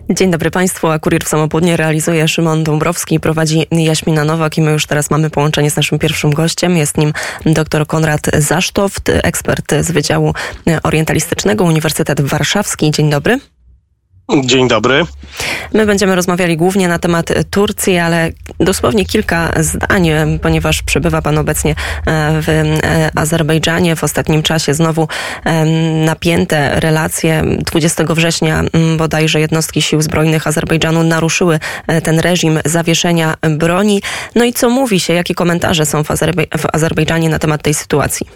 Dzień dobry Państwu, a Kurier w samo południe realizuje Szymon Dąbrowski, prowadzi Jaśmina Nowak i my już teraz mamy połączenie z naszym pierwszym gościem. Jest nim dr Konrad Zasztoft, ekspert z Wydziału Orientalistycznego Uniwersytet Warszawski. Dzień dobry. Dzień dobry. My będziemy rozmawiali głównie na temat Turcji, ale dosłownie kilka zdań, ponieważ przebywa Pan obecnie w Azerbejdżanie. W ostatnim czasie znowu napięte relacje. 20 września bodajże jednostki sił zbrojnych Azerbejdżanu naruszyły ten reżim zawieszenia broni. No i co mówi się, jakie komentarze są w Azerbejdżanie na temat tej sytuacji?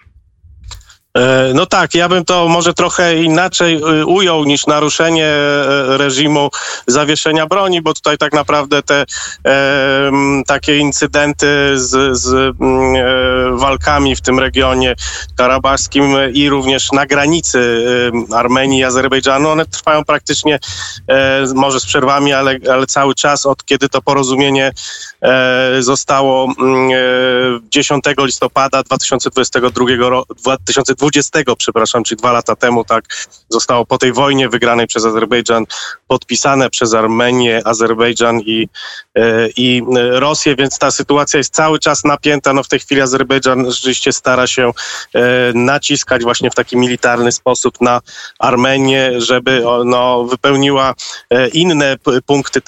No tak, ja bym to może trochę inaczej ujął niż naruszenie reżimu zawieszenia broni, bo tutaj tak naprawdę te takie incydenty z walkami w tym regionie karabachskim i również na granicy Armenii i Azerbejdżanu, one trwają praktycznie, może z przerwami, ale cały czas od kiedy to porozumienie zostało 10 listopada 2020, czyli 2 lata temu, tak, zostało po tej wojnie wygranej przez Azerbejdżan podpisane przez Armenię, Azerbejdżan i Rosję, więc ta sytuacja jest cały czas napięta. No w tej chwili Azerbejdżan rzeczywiście stara się naciskać właśnie w taki militarny sposób na Armenię, żeby wypełniła inne punkty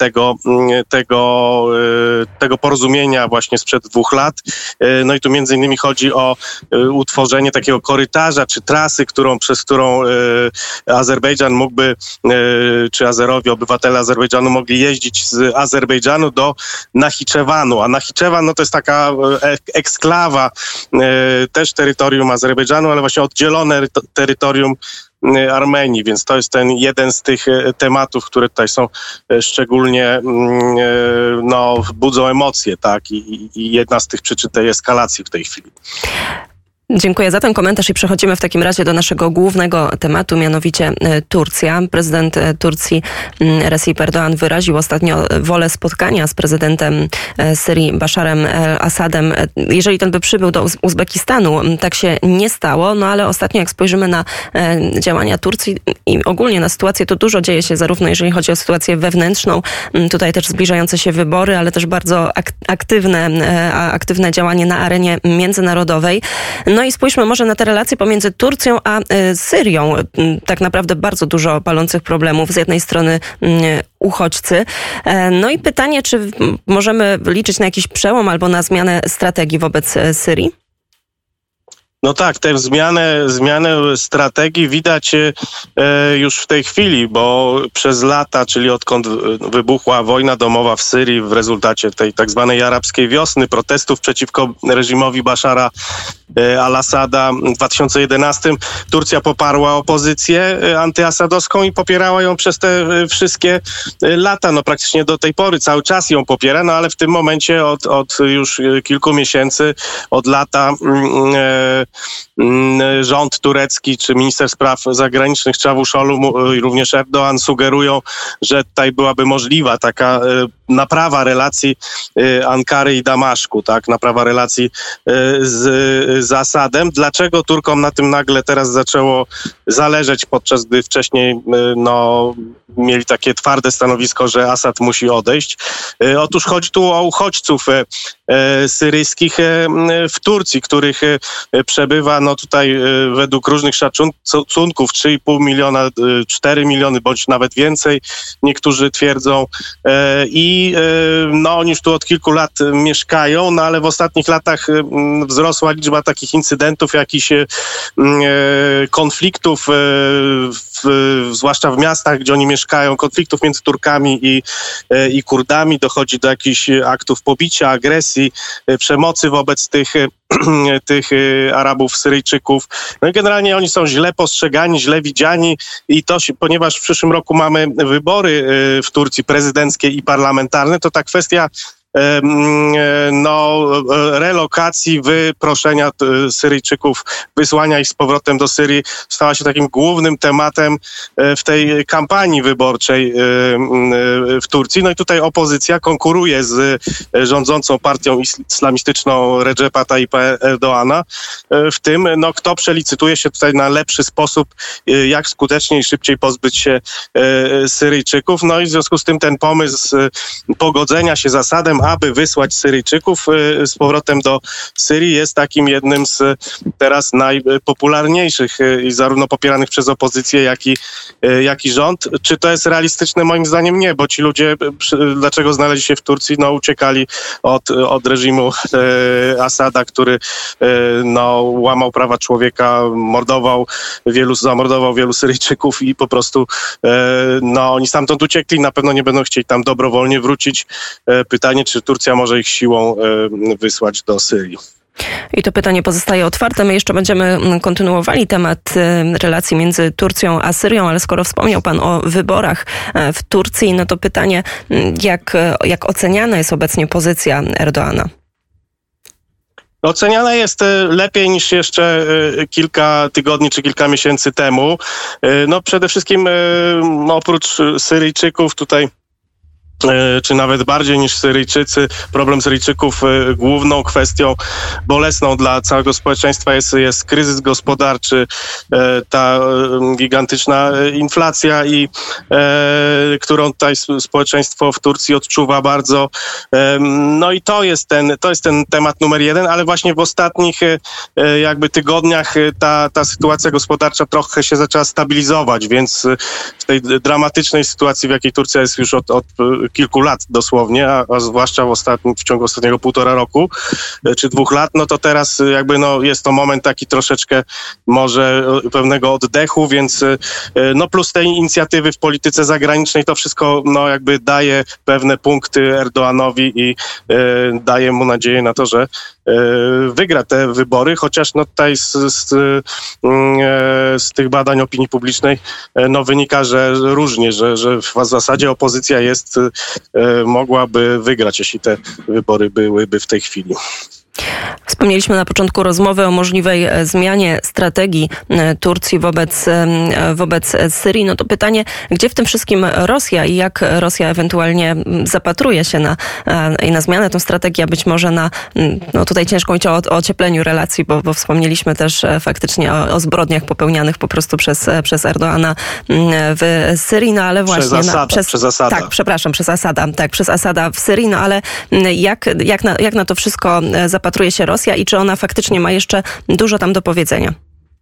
tego porozumienia właśnie sprzed 2 lat. No i tu między innymi chodzi o utworzenie takiego korytarza czy trasy, przez którą Azerbejdżan mógłby, czy Azerowie, obywatele Azerbejdżanu mogli jeździć z Azerbejdżanu do Nachiczewanu. A Nachiczewan to jest taka eksklawa, też terytorium Azerbejdżanu, ale właśnie oddzielone terytorium Armenii, więc to jest ten jeden z tych tematów, które tutaj są szczególnie budzą emocje, tak, i jedna z tych przyczyn tej eskalacji w tej chwili. Dziękuję za ten komentarz i przechodzimy w takim razie do naszego głównego tematu, mianowicie Turcja. Prezydent Turcji Recep Erdoğan wyraził ostatnio wolę spotkania z prezydentem Syrii Basharem al-Assadem. Jeżeli ten by przybył do Uzbekistanu, tak się nie stało, no ale ostatnio jak spojrzymy na działania Turcji i ogólnie na sytuację, to dużo dzieje się zarówno jeżeli chodzi o sytuację wewnętrzną, tutaj też zbliżające się wybory, ale też bardzo aktywne działanie na arenie międzynarodowej. No i spójrzmy może na te relacje pomiędzy Turcją a Syrią. Tak naprawdę bardzo dużo palących problemów. Z jednej strony uchodźcy. No i pytanie, czy możemy liczyć na jakiś przełom albo na zmianę strategii wobec Syrii? No tak, tę zmianę strategii widać już w tej chwili, bo przez lata, czyli odkąd wybuchła wojna domowa w Syrii w rezultacie tej tak zwanej arabskiej wiosny, protestów przeciwko reżimowi Bashara al-Assada w 2011, Turcja poparła opozycję antyasadowską i popierała ją przez te wszystkie lata. No praktycznie do tej pory cały czas ją popiera, no ale w tym momencie od już kilku miesięcy, od lata rząd turecki czy minister spraw zagranicznych Çavuşoğlu i również Erdoğan sugerują, że tutaj byłaby możliwa taka naprawa relacji Ankary i Damaszku, tak? Naprawa relacji z Asadem. Dlaczego Turkom na tym nagle teraz zaczęło zależeć, podczas gdy wcześniej mieli takie twarde stanowisko, że Asad musi odejść? Otóż chodzi tu o uchodźców syryjskich w Turcji, których przebywa tutaj według różnych szacunków 3,5 miliona, 4 miliony, bądź nawet więcej, niektórzy twierdzą. I oni już tu od kilku lat mieszkają, no ale w ostatnich latach wzrosła liczba takich incydentów, jakichś konfliktów, zwłaszcza w miastach, gdzie oni mieszkają, konfliktów między Turkami i Kurdami. Dochodzi do jakichś aktów pobicia, agresji, przemocy wobec tych Arabów, Syryjczyków. No i generalnie oni są źle postrzegani, źle widziani i ponieważ w przyszłym roku mamy wybory w Turcji prezydenckie i parlamentarne, to ta kwestia relokacji, wyproszenia Syryjczyków, wysłania ich z powrotem do Syrii stała się takim głównym tematem w tej kampanii wyborczej w Turcji. No i tutaj opozycja konkuruje z rządzącą partią islamistyczną Recepa Tayyipa Erdoğana w tym, kto przelicytuje się tutaj na lepszy sposób, jak skuteczniej i szybciej pozbyć się Syryjczyków. No i w związku z tym ten pomysł pogodzenia się z Asadem, aby wysłać Syryjczyków z powrotem do Syrii, jest takim jednym z teraz najpopularniejszych i zarówno popieranych przez opozycję, jak i rząd. Czy to jest realistyczne? Moim zdaniem nie, bo ci ludzie, dlaczego znaleźli się w Turcji? Uciekali od reżimu Asada, który łamał prawa człowieka, zamordował wielu Syryjczyków i po prostu oni stamtąd uciekli, na pewno nie będą chcieli tam dobrowolnie wrócić. Pytanie, czy Turcja może ich siłą wysłać do Syrii. I to pytanie pozostaje otwarte. My jeszcze będziemy kontynuowali temat relacji między Turcją a Syrią, ale skoro wspomniał pan o wyborach w Turcji, no to pytanie, jak oceniana jest obecnie pozycja Erdoğana? Oceniana jest lepiej niż jeszcze kilka tygodni czy kilka miesięcy temu. Przede wszystkim oprócz Syryjczyków tutaj, czy nawet bardziej niż Syryjczycy, problem Syryjczyków główną kwestią bolesną dla całego społeczeństwa jest kryzys gospodarczy, ta gigantyczna inflacja, którą tutaj społeczeństwo w Turcji odczuwa bardzo. I to jest ten temat numer jeden, ale właśnie w ostatnich tygodniach ta sytuacja gospodarcza trochę się zaczęła stabilizować, więc w tej dramatycznej sytuacji, w jakiej Turcja jest już od kilku lat dosłownie, a zwłaszcza w ciągu ostatniego 1,5 roku czy 2 lat, to teraz jest to moment taki troszeczkę może pewnego oddechu, więc plus tej inicjatywy w polityce zagranicznej, to wszystko daje pewne punkty Erdoğanowi i daje mu nadzieję na to, że wygra te wybory, chociaż tutaj z tych badań opinii publicznej wynika, że różnie, że w zasadzie opozycja mogłaby wygrać, jeśli te wybory byłyby w tej chwili. Wspomnieliśmy na początku rozmowy o możliwej zmianie strategii Turcji wobec Syrii. To pytanie, gdzie w tym wszystkim Rosja i jak Rosja ewentualnie zapatruje się na zmianę tą strategię, być może tutaj ciężko mówić o ociepleniu relacji, bo wspomnieliśmy też faktycznie o zbrodniach popełnianych po prostu przez Erdoğana w Syrii, ale właśnie... Przez Asada. Tak, przepraszam, przez Asada. Tak, przez Asada w Syrii, ale jak na to wszystko zapatruje się Rosja i czy ona faktycznie ma jeszcze dużo tam do powiedzenia?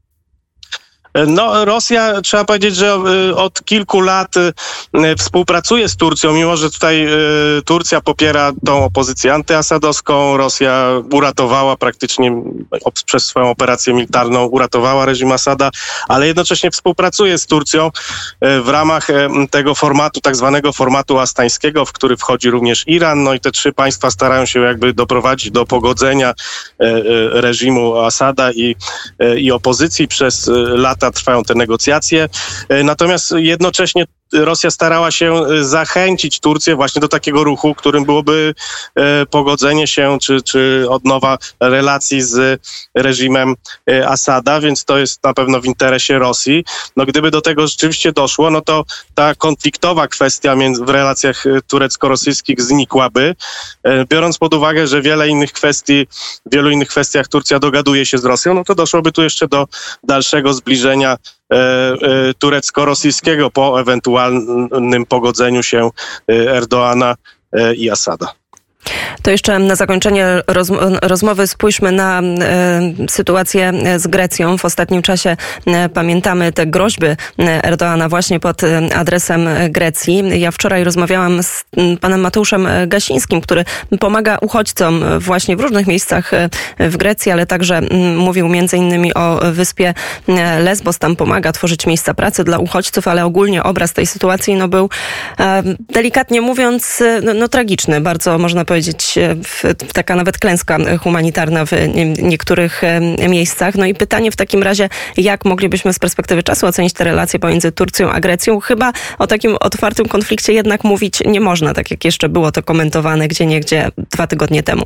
Rosja, trzeba powiedzieć, że od kilku lat współpracuje z Turcją, mimo że tutaj Turcja popiera tą opozycję antyasadowską. Rosja uratowała praktycznie przez swoją operację militarną, uratowała reżim Asada, ale jednocześnie współpracuje z Turcją w ramach tego formatu, tak zwanego formatu astańskiego, w który wchodzi również Iran. I te 3 państwa starają się doprowadzić do pogodzenia reżimu Asada i opozycji. Przez lata trwają te negocjacje. Natomiast jednocześnie Rosja starała się zachęcić Turcję właśnie do takiego ruchu, którym byłoby pogodzenie się czy odnowa relacji z reżimem Asada, więc to jest na pewno w interesie Rosji. Gdyby do tego rzeczywiście doszło, to ta konfliktowa kwestia w relacjach turecko-rosyjskich znikłaby, biorąc pod uwagę, że w wielu innych kwestiach Turcja dogaduje się z Rosją, to doszłoby tu jeszcze do dalszego zbliżenia turecko-rosyjskiego po ewentualnym pogodzeniu się Erdoğana i Asada. To jeszcze na zakończenie rozmowy spójrzmy na sytuację z Grecją. W ostatnim czasie pamiętamy te groźby Erdoğana właśnie pod adresem Grecji. Ja wczoraj rozmawiałam z panem Mateuszem Gasińskim, który pomaga uchodźcom właśnie w różnych miejscach w Grecji, ale także mówił między innymi o wyspie Lesbos. Tam pomaga tworzyć miejsca pracy dla uchodźców, ale ogólnie obraz tej sytuacji był delikatnie mówiąc tragiczny. Bardzo można powiedzieć być taka nawet klęska humanitarna w niektórych miejscach. No i pytanie w takim razie, jak moglibyśmy z perspektywy czasu ocenić te relacje pomiędzy Turcją a Grecją? Chyba o takim otwartym konflikcie jednak mówić nie można, tak jak jeszcze było to komentowane gdzieniegdzie 2 tygodnie temu.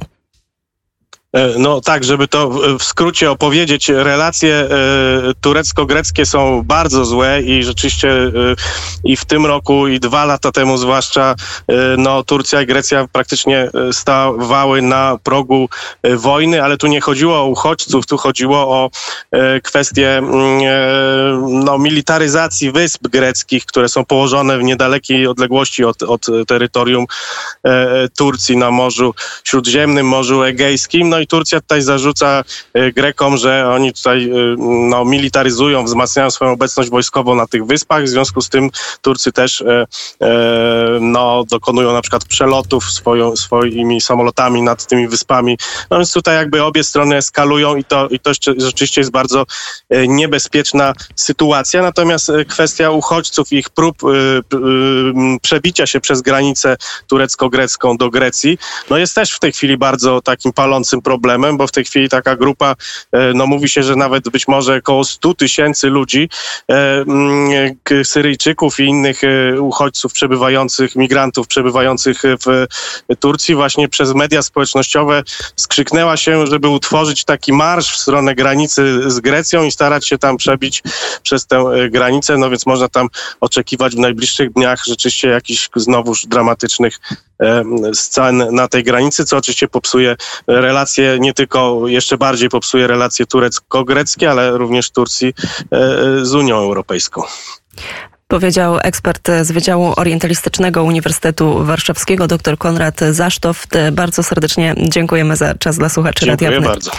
No tak, żeby to w skrócie opowiedzieć, relacje turecko-greckie są bardzo złe i rzeczywiście i w tym roku, i 2 lata temu zwłaszcza, no Turcja i Grecja praktycznie stawały na progu wojny, ale tu nie chodziło o uchodźców, tu chodziło o kwestię no, militaryzacji wysp greckich, które są położone w niedalekiej odległości od terytorium Turcji na Morzu Śródziemnym, Morzu Egejskim. No i Turcja tutaj zarzuca Grekom, że oni tutaj no, militaryzują, wzmacniają swoją obecność wojskową na tych wyspach. W związku z tym Turcy też no, dokonują na przykład przelotów swoimi samolotami nad tymi wyspami. No więc tutaj jakby obie strony eskalują i to rzeczywiście jest bardzo niebezpieczna sytuacja. Natomiast kwestia uchodźców i ich prób przebicia się przez granicę turecko-grecką do Grecji, no jest też w tej chwili bardzo takim palącym problemem, bo w tej chwili taka grupa, no mówi się, że nawet być może około 100 000 ludzi, Syryjczyków i innych uchodźców przebywających, migrantów przebywających w Turcji właśnie przez media społecznościowe skrzyknęła się, żeby utworzyć taki marsz w stronę granicy z Grecją i starać się tam przebić przez tę granicę, no więc można tam oczekiwać w najbliższych dniach rzeczywiście jakichś znowuż dramatycznych scen na tej granicy, co oczywiście popsuje relacje, nie tylko jeszcze bardziej popsuje relacje turecko-greckie, ale również Turcji z Unią Europejską. Powiedział ekspert z Wydziału Orientalistycznego Uniwersytetu Warszawskiego, dr Konrad Zasztoft. Bardzo serdecznie dziękujemy za czas dla słuchaczy Radia Wnet. Dziękuję bardzo.